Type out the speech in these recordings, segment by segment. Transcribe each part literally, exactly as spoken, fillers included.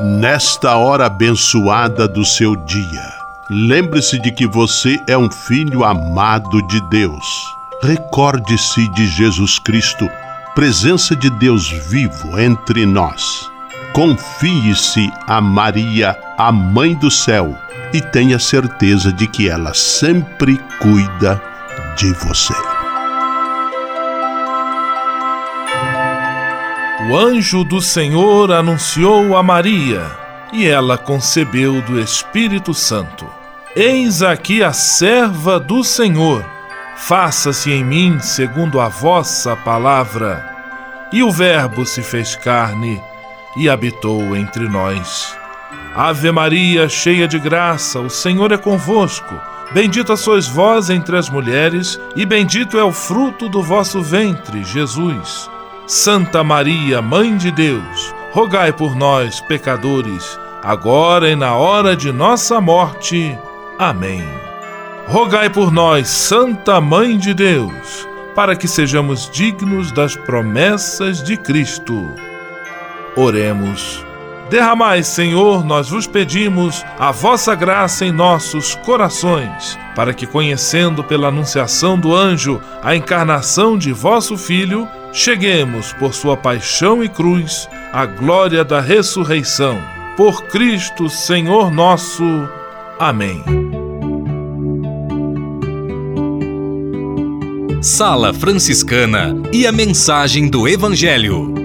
Nesta hora abençoada do seu dia, lembre-se de que você é um filho amado de Deus. Recorde-se de Jesus Cristo, presença de Deus vivo entre nós. Confie-se a Maria, a Mãe do Céu, e tenha certeza de que ela sempre cuida de você. O anjo do Senhor anunciou a Maria, e ela concebeu do Espírito Santo. Eis aqui a serva do Senhor, faça-se em mim segundo a vossa palavra. E o Verbo se fez carne e habitou entre nós. Ave Maria, cheia de graça, o Senhor é convosco. Bendita sois vós entre as mulheres, e bendito é o fruto do vosso ventre, Jesus. Santa Maria, Mãe de Deus, rogai por nós, pecadores, agora e na hora de nossa morte. Amém. Rogai por nós, Santa Mãe de Deus, para que sejamos dignos das promessas de Cristo. Oremos. Derramai, Senhor, nós vos pedimos, a vossa graça em nossos corações, para que, conhecendo pela anunciação do anjo a encarnação de vosso Filho, cheguemos, por sua paixão e cruz, à glória da ressurreição. Por Cristo, Senhor nosso. Amém. Sala Franciscana e a mensagem do Evangelho.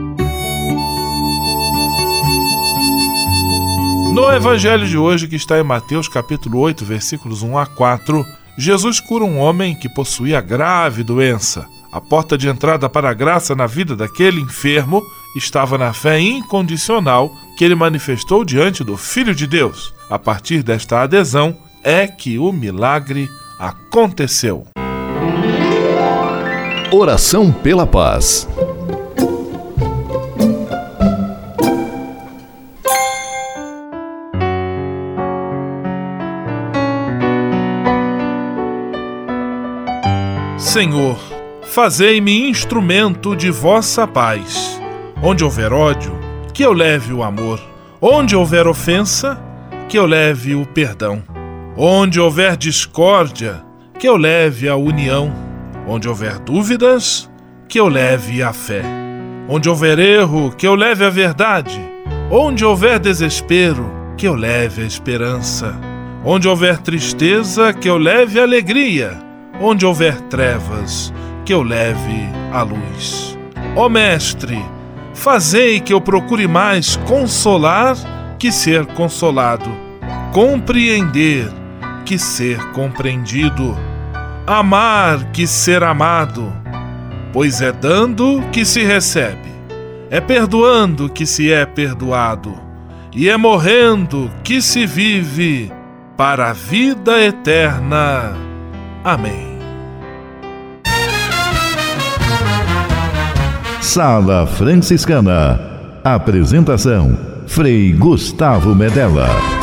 No Evangelho de hoje, que está em Mateus capítulo oito, versículos um a quatro, Jesus cura um homem que possuía grave doença. A porta de entrada para a graça na vida daquele enfermo estava na fé incondicional que ele manifestou diante do Filho de Deus. A partir desta adesão é que o milagre aconteceu. Oração pela paz. Senhor, fazei-me instrumento de vossa paz. Onde houver ódio, que eu leve o amor. Onde houver ofensa, que eu leve o perdão. Onde houver discórdia, que eu leve a união. Onde houver dúvidas, que eu leve a fé. Onde houver erro, que eu leve a verdade. Onde houver desespero, que eu leve a esperança. Onde houver tristeza, que eu leve a alegria. Onde houver trevas, que eu leve a luz. Ó Mestre, fazei que eu procure mais consolar que ser consolado, compreender que ser compreendido, amar que ser amado, pois é dando que se recebe, é perdoando que se é perdoado, e é morrendo que se vive para a vida eterna. Amém. Sala Franciscana. Apresentação: Frei Gustavo Medella.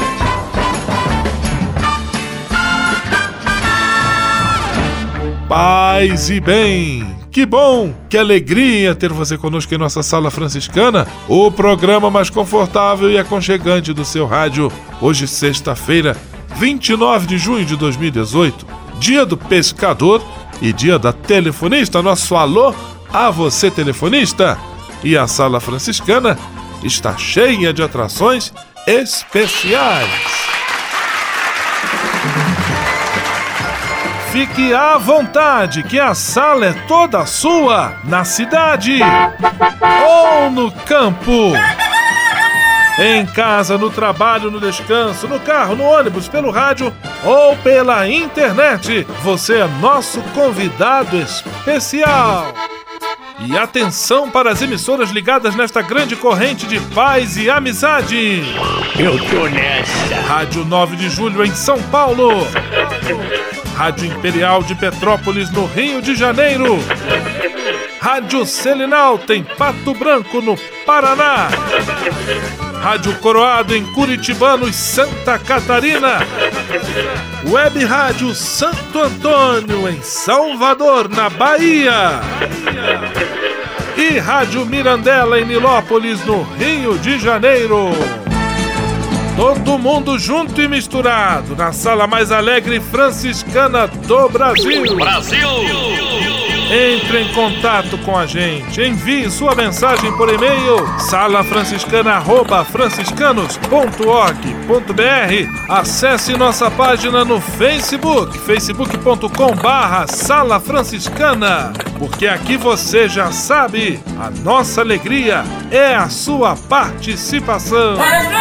Paz e bem! Que bom, que alegria ter você conosco em nossa Sala Franciscana, o programa mais confortável e aconchegante do seu rádio. Hoje, sexta-feira, vinte e nove de junho de dois mil e dezoito, dia do pescador e dia da telefonista. Nosso alô a você, telefonista! E a Sala Franciscana está cheia de atrações especiais. Fique à vontade, que a sala é toda sua, na cidade ou no campo. Em casa, no trabalho, no descanso, no carro, no ônibus, pelo rádio ou pela internet, você é nosso convidado especial. E atenção para as emissoras ligadas nesta grande corrente de paz e amizade. Eu tô nessa. Rádio nove de julho em São Paulo. Rádio Imperial de Petrópolis, no Rio de Janeiro. Rádio Selinalta em Pato Branco, no Paraná. Rádio Coroado em Curitibanos, Santa Catarina. Web Rádio Santo Antônio em Salvador, na Bahia. E Rádio Mirandela em Nilópolis, no Rio de Janeiro. Todo mundo junto e misturado na sala mais alegre franciscana do Brasil. Brasil! Entre em contato com a gente. Envie sua mensagem por e-mail sala franciscana arroba franciscanos ponto org ponto br. Acesse nossa página no Facebook, facebook ponto com barra sala franciscana. Porque aqui você já sabe, a nossa alegria é a sua participação.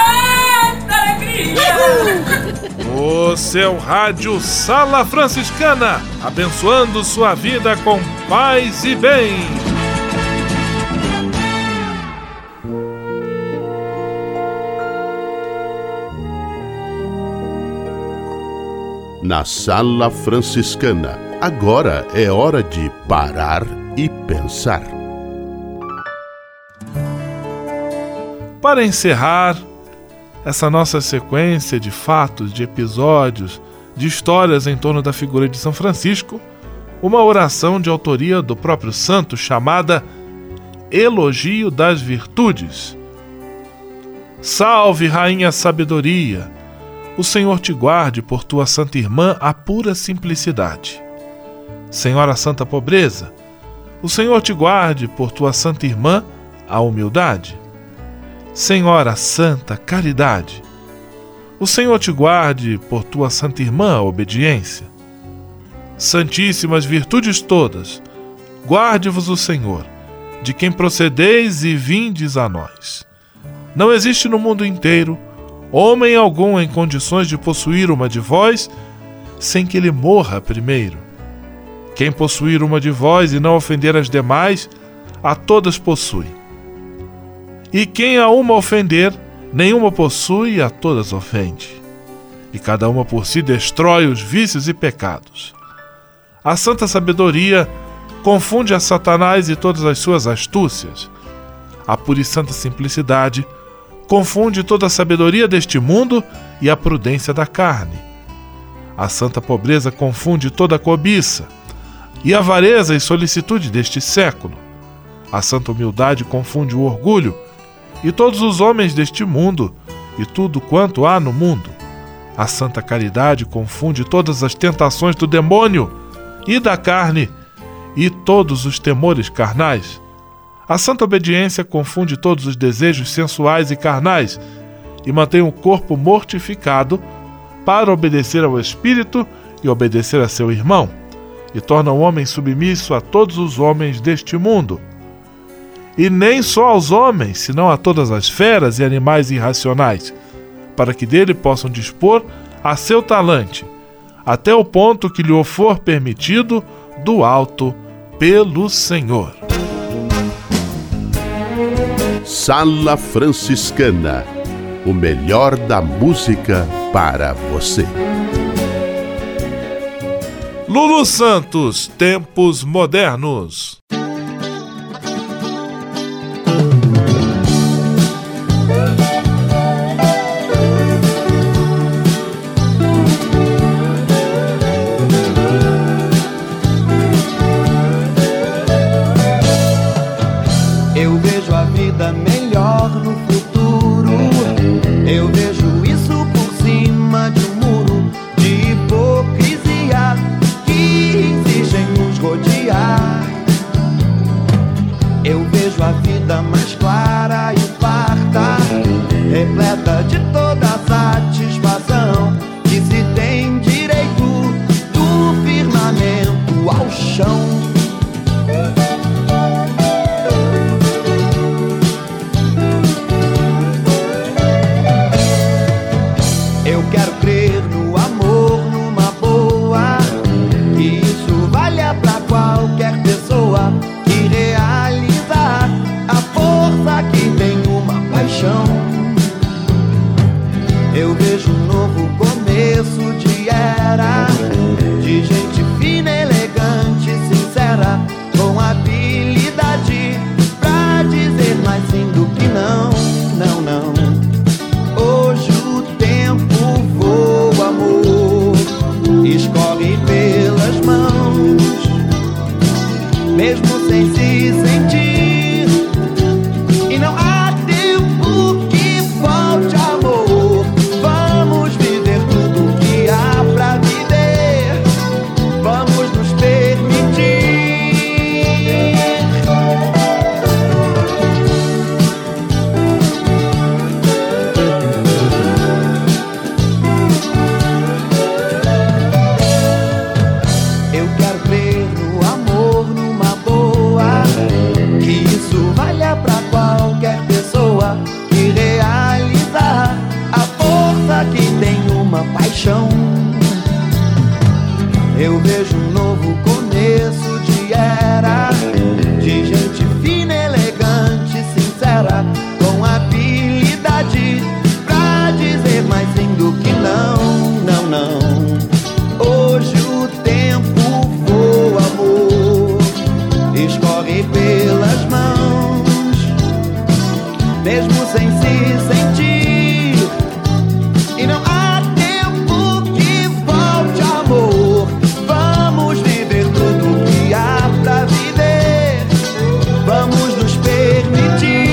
O seu rádio Sala Franciscana, abençoando sua vida com paz e bem. Na Sala Franciscana, agora é hora de parar e pensar. Para encerrar essa nossa sequência de fatos, de episódios, de histórias em torno da figura de São Francisco, uma oração de autoria do próprio santo chamada Elogio das Virtudes. Salve, Rainha Sabedoria! O Senhor te guarde por tua santa irmã a pura simplicidade. Senhora Santa Pobreza, o Senhor te guarde por tua santa irmã a humildade. Senhora Santa Caridade, o Senhor te guarde por tua santa irmã a obediência. Santíssimas virtudes todas, guarde-vos o Senhor, de quem procedeis e vindes a nós. Não existe no mundo inteiro homem algum em condições de possuir uma de vós, sem que ele morra primeiro. Quem possuir uma de vós e não ofender as demais, a todas possui. E quem a uma ofender, nenhuma possui e a todas ofende. E cada uma por si destrói os vícios e pecados. A santa sabedoria confunde a Satanás e todas as suas astúcias. A pura e santa simplicidade confunde toda a sabedoria deste mundo e a prudência da carne. A santa pobreza confunde toda a cobiça e a avareza e solicitude deste século. A santa humildade confunde o orgulho e todos os homens deste mundo e tudo quanto há no mundo. A santa caridade confunde todas as tentações do demônio e da carne e todos os temores carnais. A santa obediência confunde todos os desejos sensuais e carnais e mantém o corpo mortificado para obedecer ao Espírito e obedecer a seu irmão, e torna o homem submisso a todos os homens deste mundo. E nem só aos homens, senão a todas as feras e animais irracionais, para que dele possam dispor a seu talante, até o ponto que lhe for permitido do alto pelo Senhor. Sala Franciscana, o melhor da música para você. Lulu Santos, Tempos Modernos. Eu vejo a vida melhor no futuro. Eu vejo isso por cima de um muro de hipocrisia que exigem nos rodear. Eu vejo a vida mais clara e farta, repleta de toda a satisfação que se tem direito do firmamento ao chão. Eu quero crer no amor, numa boa, que isso valha pra qualquer pessoa e realizar a força que tem uma paixão. Eu vejo um novo começo de era, de gente fina, elegante, sincera, com habilidade pra dizer mais sim do que não, não, não. Hoje o tempo voa, amor, escorre pelas mãos, mesmo sem se sentir, e não há tempo que volte, amor. escorre pelas mãos, mesmo sem se sentir, e não há tempo que volte, amor. Vamos viver tudo que há pra viver, vamos nos permitir.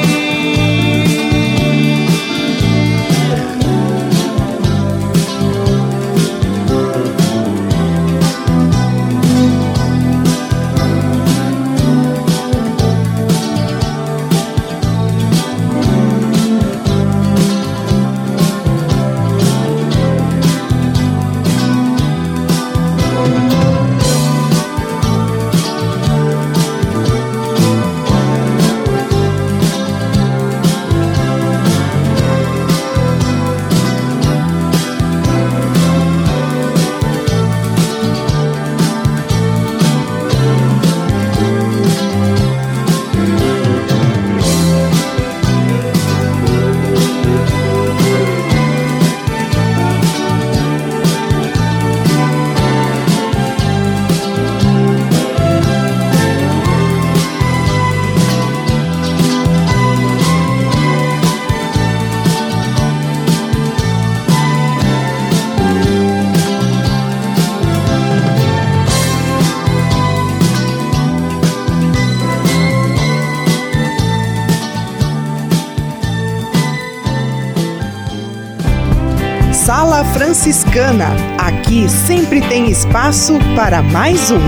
Sala Franciscana. Aqui sempre tem espaço para mais um.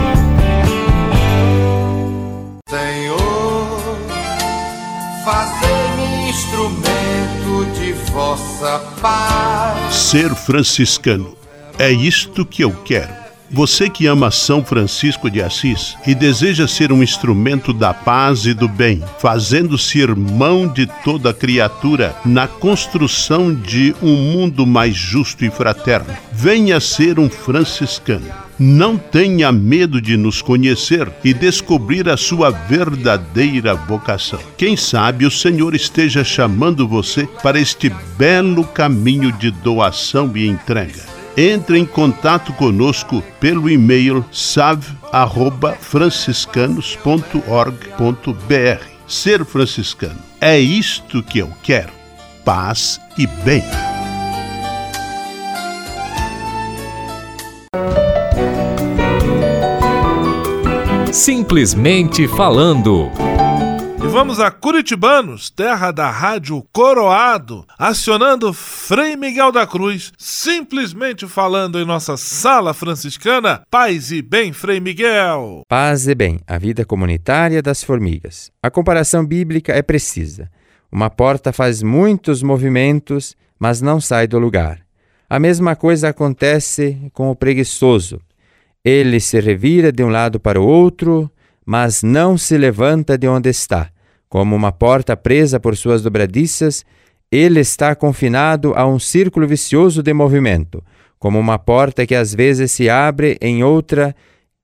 Senhor, fazei-me instrumento de vossa paz. Ser franciscano. É isto que eu quero. Você que ama São Francisco de Assis e deseja ser um instrumento da paz e do bem, fazendo-se irmão de toda criatura na construção de um mundo mais justo e fraterno, venha ser um franciscano. Não tenha medo de nos conhecer e descobrir a sua verdadeira vocação. Quem sabe o Senhor esteja chamando você para este belo caminho de doação e entrega. Entre em contato conosco pelo e-mail save arroba franciscanos ponto org ponto br. Ser franciscano, é isto que eu quero. Paz e bem. Simplesmente falando. E vamos a Curitibanos, terra da Rádio Coroado, acionando Frei Miguel da Cruz, simplesmente falando em nossa sala franciscana. Paz e bem, Frei Miguel. Paz e bem, a vida comunitária das formigas. A comparação bíblica é precisa. Uma porta faz muitos movimentos, mas não sai do lugar. A mesma coisa acontece com o preguiçoso. Ele se revira de um lado para o outro, mas não se levanta de onde está. Como uma porta presa por suas dobradiças, ele está confinado a um círculo vicioso de movimento, como uma porta que às vezes se abre em outra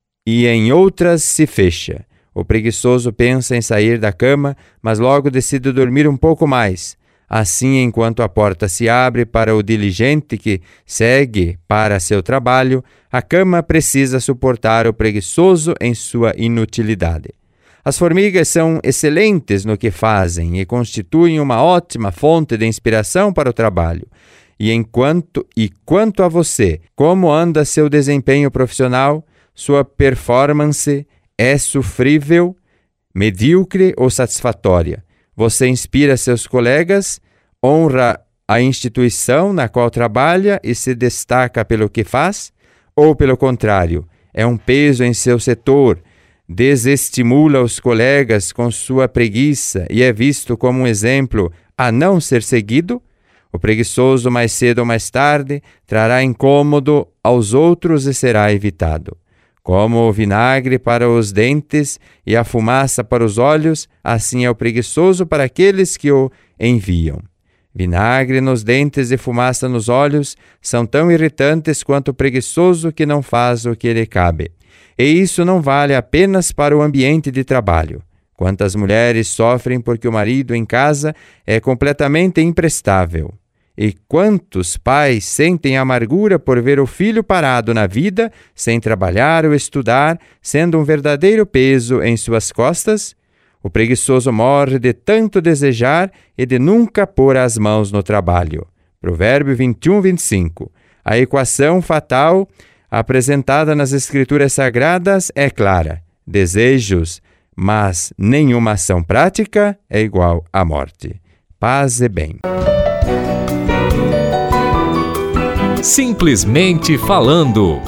e em outras se fecha. O preguiçoso pensa em sair da cama, mas logo decide dormir um pouco mais. Assim, enquanto a porta se abre para o diligente que segue para seu trabalho, a cama precisa suportar o preguiçoso em sua inutilidade. As formigas são excelentes no que fazem e constituem uma ótima fonte de inspiração para o trabalho. E enquanto e quanto a você, como anda seu desempenho profissional? Sua performance é sofrível, medíocre ou satisfatória? Você inspira seus colegas, honra a instituição na qual trabalha e se destaca pelo que faz? Ou, pelo contrário, é um peso em seu setor, desestimula os colegas com sua preguiça e é visto como um exemplo a não ser seguido? O preguiçoso, mais cedo ou mais tarde, trará incômodo aos outros e será evitado. Como o vinagre para os dentes e a fumaça para os olhos, assim é o preguiçoso para aqueles que o enviam. Vinagre nos dentes e fumaça nos olhos são tão irritantes quanto o preguiçoso que não faz o que lhe cabe. E isso não vale apenas para o ambiente de trabalho. Quantas mulheres sofrem porque o marido em casa é completamente imprestável? E quantos pais sentem amargura por ver o filho parado na vida, sem trabalhar ou estudar, sendo um verdadeiro peso em suas costas? O preguiçoso morre de tanto desejar e de nunca pôr as mãos no trabalho. Provérbio vinte e um, vinte e cinco. A equação fatal apresentada nas Escrituras Sagradas é clara. Desejos, mas nenhuma ação prática é igual à morte. Paz e bem. Simplesmente falando.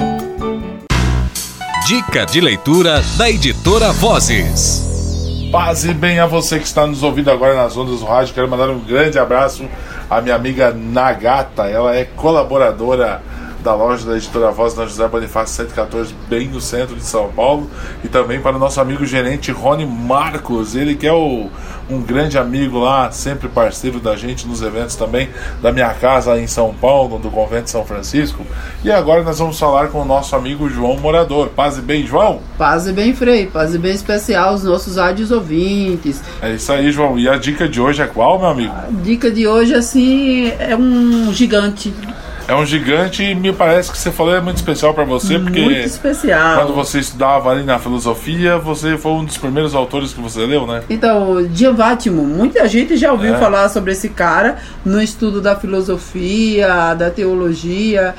Dica de leitura da Editora Vozes. Paz e bem a você que está nos ouvindo agora nas ondas do rádio. Quero mandar um grande abraço à minha amiga Nagata. Ela é colaboradora da loja da Editora Voz na José Bonifácio cento e quatorze, bem no centro de São Paulo. E também para o nosso amigo gerente Rony Marcos, ele que é o, um grande amigo lá, sempre parceiro da gente nos eventos também da minha casa em São Paulo, do Convento de São Francisco. E agora nós vamos falar com o nosso amigo João Morador. Paz e bem, João? Paz e bem, Frei. Paz e bem especial aos nossos rádios ouvintes. É isso aí, João. E a dica de hoje é qual, meu amigo? A dica de hoje, assim, é um gigante. É um gigante e me parece que você falou é muito especial para você, porque muito especial. Quando você estudava ali na filosofia, você foi um dos primeiros autores que você leu, né? Então, Diovatimo, muita gente já ouviu é. falar sobre esse cara no estudo da filosofia, da teologia,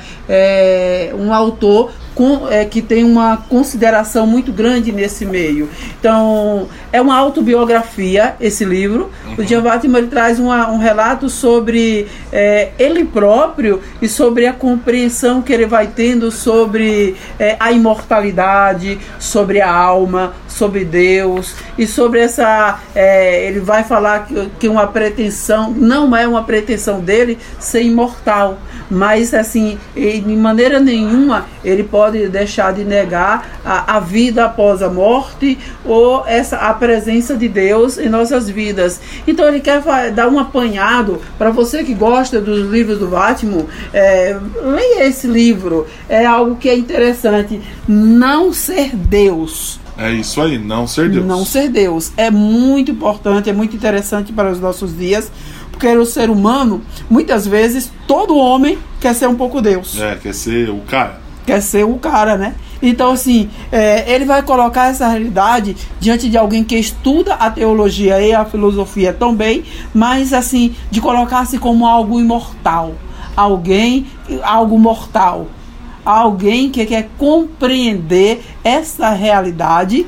é um autor com, é, que tem uma consideração muito grande nesse meio. Então, é uma autobiografia esse livro. Uhum. O Diovatimo, ele traz uma, um relato sobre é, ele próprio e sobre a compreensão que ele vai tendo sobre é, a imortalidade, sobre a alma, sobre Deus e sobre essa... É, ele vai falar que, que uma pretensão, não é uma pretensão dele ser imortal, mas assim, de maneira nenhuma ele pode deixar de negar a, a vida após a morte ou essa, a presença de Deus em nossas vidas. Então ele quer dar um apanhado para você que gosta dos livros do Vatimo. É, leia esse livro, é algo que é interessante. Não ser Deus. É isso aí, não ser Deus. Não ser Deus. É muito importante, é muito interessante para os nossos dias, porque o ser humano, muitas vezes, todo homem quer ser um pouco Deus. É, quer ser o cara. Quer ser o cara, né? Então, assim, é, ele vai colocar essa realidade diante de alguém que estuda a teologia e a filosofia também, mas, assim, de colocar-se como algo imortal. Alguém, algo mortal. Alguém que quer compreender essa realidade,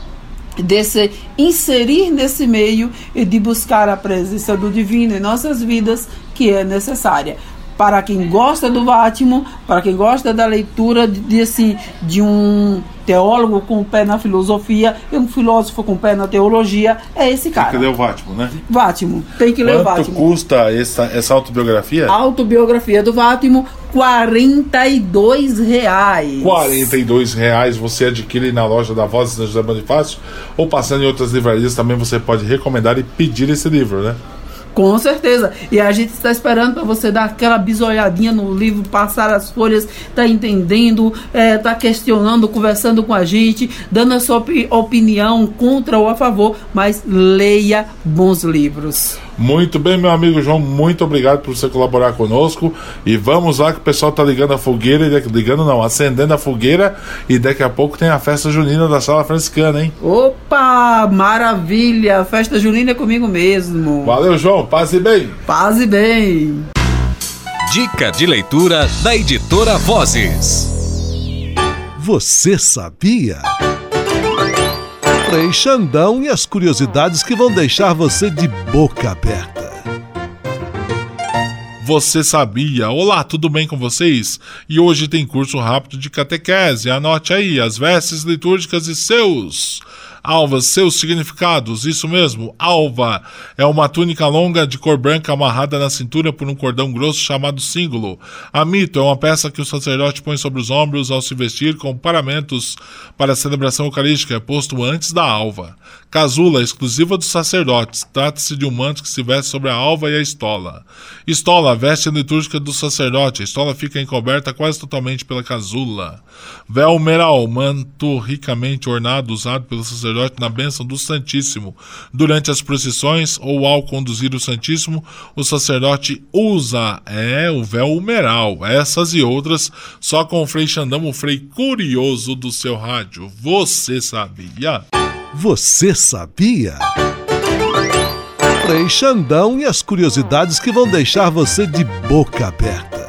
de se inserir nesse meio e de buscar a presença do divino em nossas vidas, que é necessária. Para quem gosta do Vatimo, para quem gosta da leitura de, de, assim, de um teólogo com o pé na filosofia e um filósofo com o pé na teologia, é esse cara. Tem que ler o Vatimo, né? Vatimo, tem que ler o Vatimo. Quanto custa essa, essa autobiografia? A autobiografia do Vatimo, quarenta e dois reais. quarenta e dois reais você adquire na loja da Vozes da José Bonifácio, ou passando em outras livrarias também você pode recomendar e pedir esse livro, né? Com certeza. E a gente está esperando para você dar aquela bisolhadinha no livro, passar as folhas, tá entendendo, é, tá questionando, conversando com a gente, dando a sua op- opinião contra ou a favor, mas leia bons livros. Muito bem, meu amigo João, muito obrigado por você colaborar conosco. E vamos lá que o pessoal tá ligando a fogueira, e daqui, ligando não, acendendo a fogueira, e daqui a pouco tem a festa junina da Sala Franciscana, hein? Opa, maravilha! Festa junina é comigo mesmo. Valeu, João, paz e bem. Paz e bem. Dica de leitura da Editora Vozes. Você sabia? Frei Xandão e as curiosidades que vão deixar você de boca aberta. Você sabia? Olá, tudo bem com vocês? E hoje tem curso rápido de catequese. Anote aí as vestes litúrgicas e seus alvas, seus significados. Isso mesmo, alva é uma túnica longa de cor branca amarrada na cintura por um cordão grosso chamado cíngulo. Amito é uma peça que o sacerdote põe sobre os ombros ao se vestir com paramentos para a celebração eucarística, posto antes da alva. Casula, exclusiva dos sacerdotes. Trata-se de um manto que se veste sobre a alva e a estola. Estola, veste litúrgica do sacerdote. A estola fica encoberta quase totalmente pela casula. Véu meral, manto ricamente ornado usado pelo sacerdote sacerdote na bênção do Santíssimo. Durante as procissões ou ao conduzir o Santíssimo, o sacerdote usa é, o véu humeral. Essas e outras só com o Frei Xandão, o Frei curioso do seu rádio. Você sabia? Você sabia? Frei Xandão e as curiosidades que vão deixar você de boca aberta.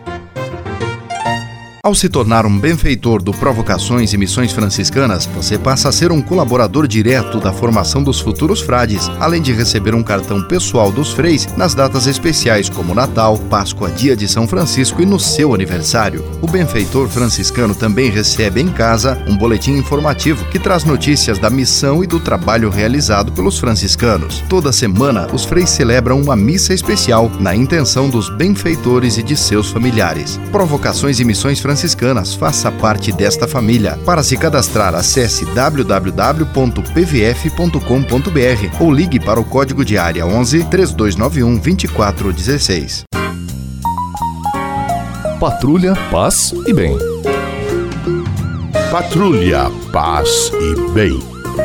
Ao se tornar um benfeitor do Provocações e Missões Franciscanas, você passa a ser um colaborador direto da formação dos futuros frades, além de receber um cartão pessoal dos freis nas datas especiais como Natal, Páscoa, Dia de São Francisco e no seu aniversário. O benfeitor franciscano também recebe em casa um boletim informativo que traz notícias da missão e do trabalho realizado pelos franciscanos. Toda semana, os freis celebram uma missa especial na intenção dos benfeitores e de seus familiares. Provocações e Missões Franciscanas Franciscanas, faça parte desta família. Para se cadastrar, acesse w w w ponto p v f ponto com ponto b r ou ligue para o código de área onze, três dois nove um, dois quatro um seis. Patrulha, paz e bem. Patrulha, paz e bem.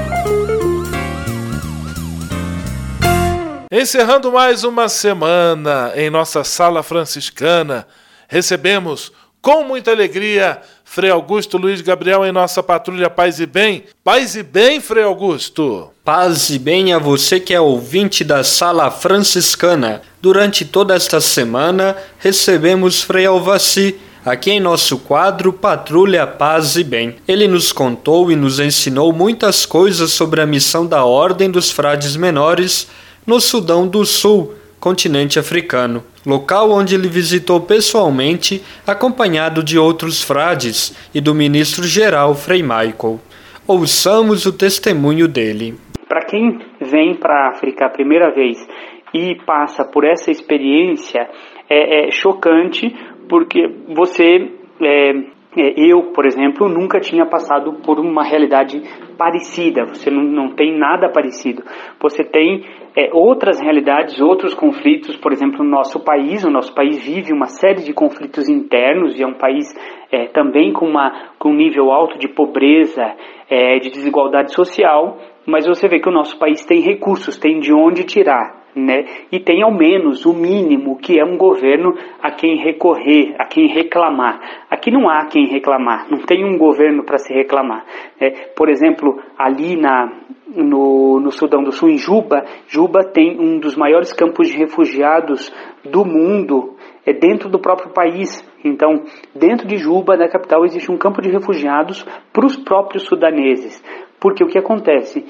Encerrando mais uma semana em nossa sala franciscana, recebemos com muita alegria Frei Augusto Luiz Gabriel em nossa Patrulha Paz e Bem. Paz e Bem, Frei Augusto. Paz e bem a você que é ouvinte da Sala Franciscana. Durante toda esta semana recebemos Frei Alvaci aqui em nosso quadro Patrulha Paz e Bem. Ele nos contou e nos ensinou muitas coisas sobre a missão da Ordem dos Frades Menores no Sudão do Sul, continente africano, local onde ele visitou pessoalmente, acompanhado de outros frades e do ministro-geral Frei Michael. Ouçamos o testemunho dele. Para quem vem para a África a primeira vez e passa por essa experiência, é, é chocante, porque você, é, é, eu, por exemplo, nunca tinha passado por uma realidade parecida. Você não, não tem nada parecido. Você tem É, outras realidades, outros conflitos, por exemplo, no nosso país. O nosso país vive uma série de conflitos internos e é um país é, também com, uma, com um nível alto de pobreza, é, de desigualdade social, mas você vê que o nosso país tem recursos, tem de onde tirar, né? E tem ao menos o mínimo, que é um governo a quem recorrer, a quem reclamar. Aqui não há quem reclamar, não tem um governo para se reclamar, né? Por exemplo, ali na... No, no Sudão do Sul, em Juba, Juba tem um dos maiores campos de refugiados do mundo, é dentro do próprio país. Então, dentro de Juba, na capital, existe um campo de refugiados para os próprios sudaneses. Porque o que acontece?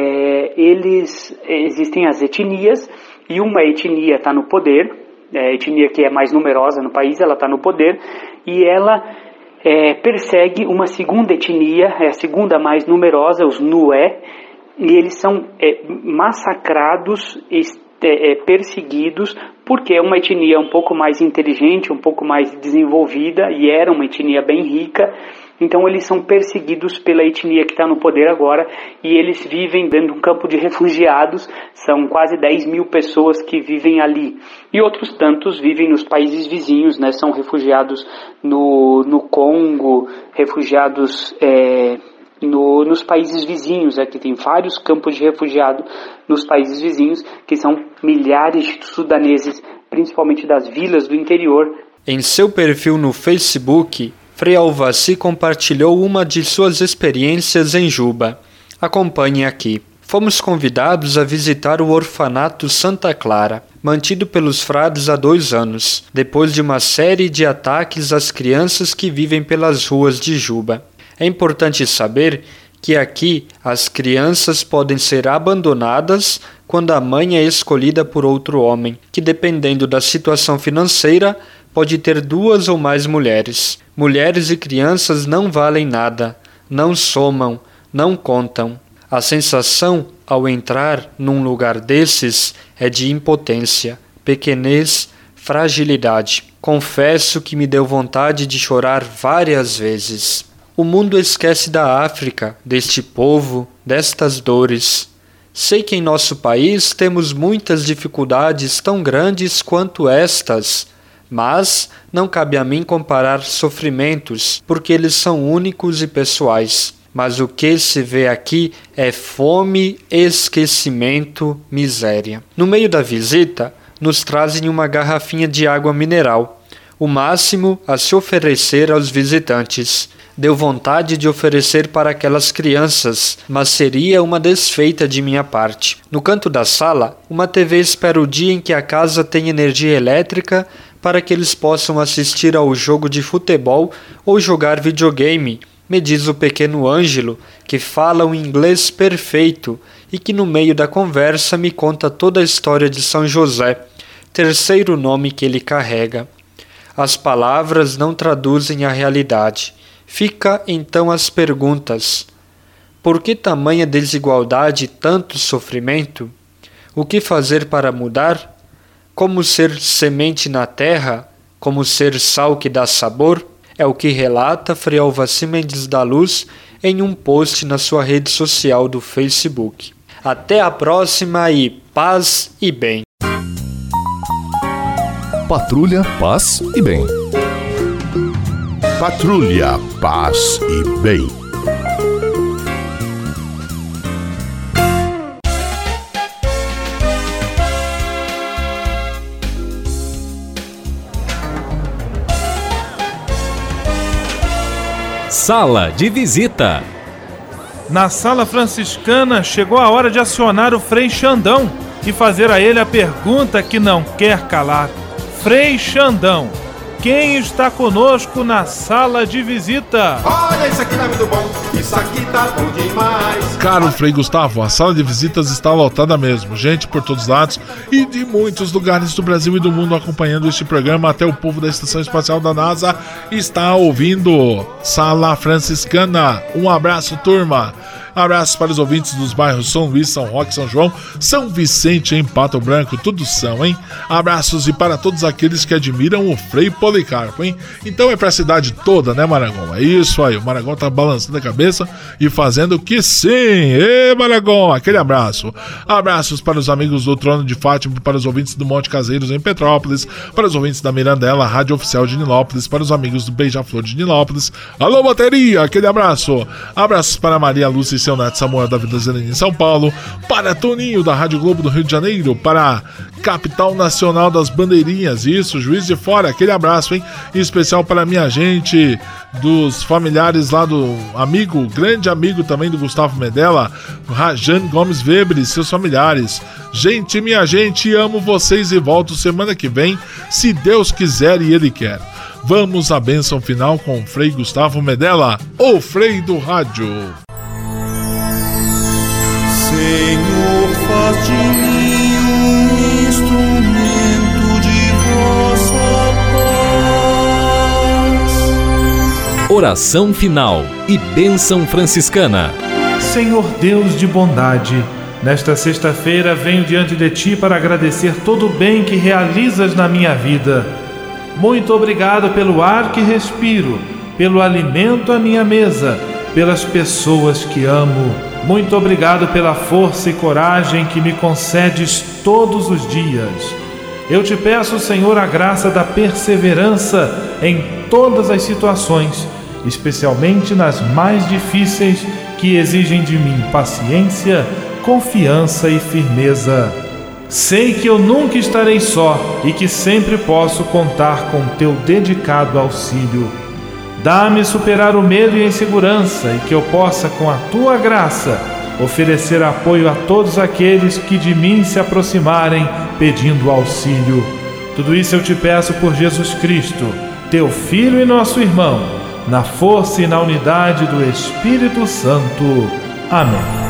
É, eles, existem as etnias, e uma etnia está no poder, a etnia que é mais numerosa no país, ela está no poder, e ela é, persegue uma segunda etnia, é a segunda mais numerosa, os Nué, e eles são é, massacrados, é, é, perseguidos, porque é uma etnia um pouco mais inteligente, um pouco mais desenvolvida, e era uma etnia bem rica. Então eles são perseguidos pela etnia que está no poder agora, e eles vivem dentro de um campo de refugiados. São quase dez mil pessoas que vivem ali, e outros tantos vivem nos países vizinhos, né? São refugiados no, no Congo, refugiados... É, No, nos países vizinhos. Aqui tem vários campos de refugiado nos países vizinhos, que são milhares de sudaneses, principalmente das vilas do interior. Em seu perfil no Facebook, Frei Alvaci compartilhou uma de suas experiências em Juba. Acompanhe aqui. Fomos convidados a visitar o orfanato Santa Clara, mantido pelos frades há dois anos, depois de uma série de ataques às crianças que vivem pelas ruas de Juba. É importante saber que aqui as crianças podem ser abandonadas quando a mãe é escolhida por outro homem, que dependendo da situação financeira pode ter duas ou mais mulheres. Mulheres e crianças não valem nada, não somam, não contam. A sensação ao entrar num lugar desses é de impotência, pequenez, fragilidade. Confesso que me deu vontade de chorar várias vezes. O mundo esquece da África, deste povo, destas dores. Sei que em nosso país temos muitas dificuldades tão grandes quanto estas, mas não cabe a mim comparar sofrimentos, porque eles são únicos e pessoais. Mas o que se vê aqui é fome, esquecimento, miséria. No meio da visita, nos trazem uma garrafinha de água mineral, o máximo a se oferecer aos visitantes. Deu vontade de oferecer para aquelas crianças, mas seria uma desfeita de minha parte. No canto da sala, uma T V espera o dia em que a casa tem energia elétrica para que eles possam assistir ao jogo de futebol ou jogar videogame, me diz o pequeno Ângelo, que fala um inglês perfeito e que no meio da conversa me conta toda a história de São José, terceiro nome que ele carrega. As palavras não traduzem a realidade. Fica então as perguntas. Por que tamanha desigualdade e tanto sofrimento? O que fazer para mudar? Como ser semente na terra? Como ser sal que dá sabor? É o que relata Frei Alvaci Mendes da Luz em um post na sua rede social do Facebook. Até a próxima e paz e bem. Patrulha, paz e bem. Patrulha, paz e bem. Sala de visita. Na sala franciscana chegou a hora de acionar o Frei Xandão e fazer a ele a pergunta que não quer calar. Frei Xandão, quem está conosco na sala de visita? Olha, isso aqui tá muito bom, isso aqui tá bom demais. Caro Frei Gustavo, a sala de visitas está lotada mesmo. Gente por todos os lados e de muitos lugares do Brasil e do mundo acompanhando este programa. Até o povo da Estação Espacial da NASA está ouvindo. Sala Franciscana, um abraço, turma. Abraços para os ouvintes dos bairros São Luís, São Roque, São João, São Vicente, em Pato Branco, tudo são, hein? Abraços e para todos aqueles que admiram o Frei Policarpo, hein? Então é para a cidade toda, né, Maragão? É isso aí, o Maragão tá balançando a cabeça e fazendo que sim. Ê, Maragão, aquele abraço. Abraços para os amigos do Trono de Fátima, para os ouvintes do Monte Caseiros, em Petrópolis, para os ouvintes da Mirandela, Rádio Oficial de Nilópolis, para os amigos do Beija-Flor de Nilópolis. Alô, bateria, aquele abraço. Abraços para Maria Lúcia e seu neto Samuel da Vida Zelene em São Paulo, para Toninho da Rádio Globo do Rio de Janeiro, para a Capital Nacional das Bandeirinhas, isso, Juiz de Fora, aquele abraço, hein? Em especial para minha gente dos familiares lá do amigo, grande amigo também do Gustavo Medella, Rajan Gomes Weber e seus familiares. Gente, minha gente, amo vocês e volto semana que vem, se Deus quiser e Ele quer. Vamos à bênção final com o Frei Gustavo Medella, o Frei do Rádio. Senhor, faz de mim um instrumento de vossa paz. Oração final e bênção franciscana. Senhor Deus de bondade, nesta sexta-feira venho diante de Ti para agradecer todo o bem que realizas na minha vida. Muito obrigado pelo ar que respiro, pelo alimento à minha mesa, pelas pessoas que amo. Muito obrigado pela força e coragem que me concedes todos os dias. Eu te peço, Senhor, a graça da perseverança em todas as situações, especialmente nas mais difíceis, que exigem de mim paciência, confiança e firmeza. Sei que eu nunca estarei só e que sempre posso contar com teu dedicado auxílio. Dá-me superar o medo e a insegurança e que eu possa, com a tua graça, oferecer apoio a todos aqueles que de mim se aproximarem pedindo auxílio. Tudo isso eu te peço por Jesus Cristo, teu Filho e nosso irmão, na força e na unidade do Espírito Santo. Amém.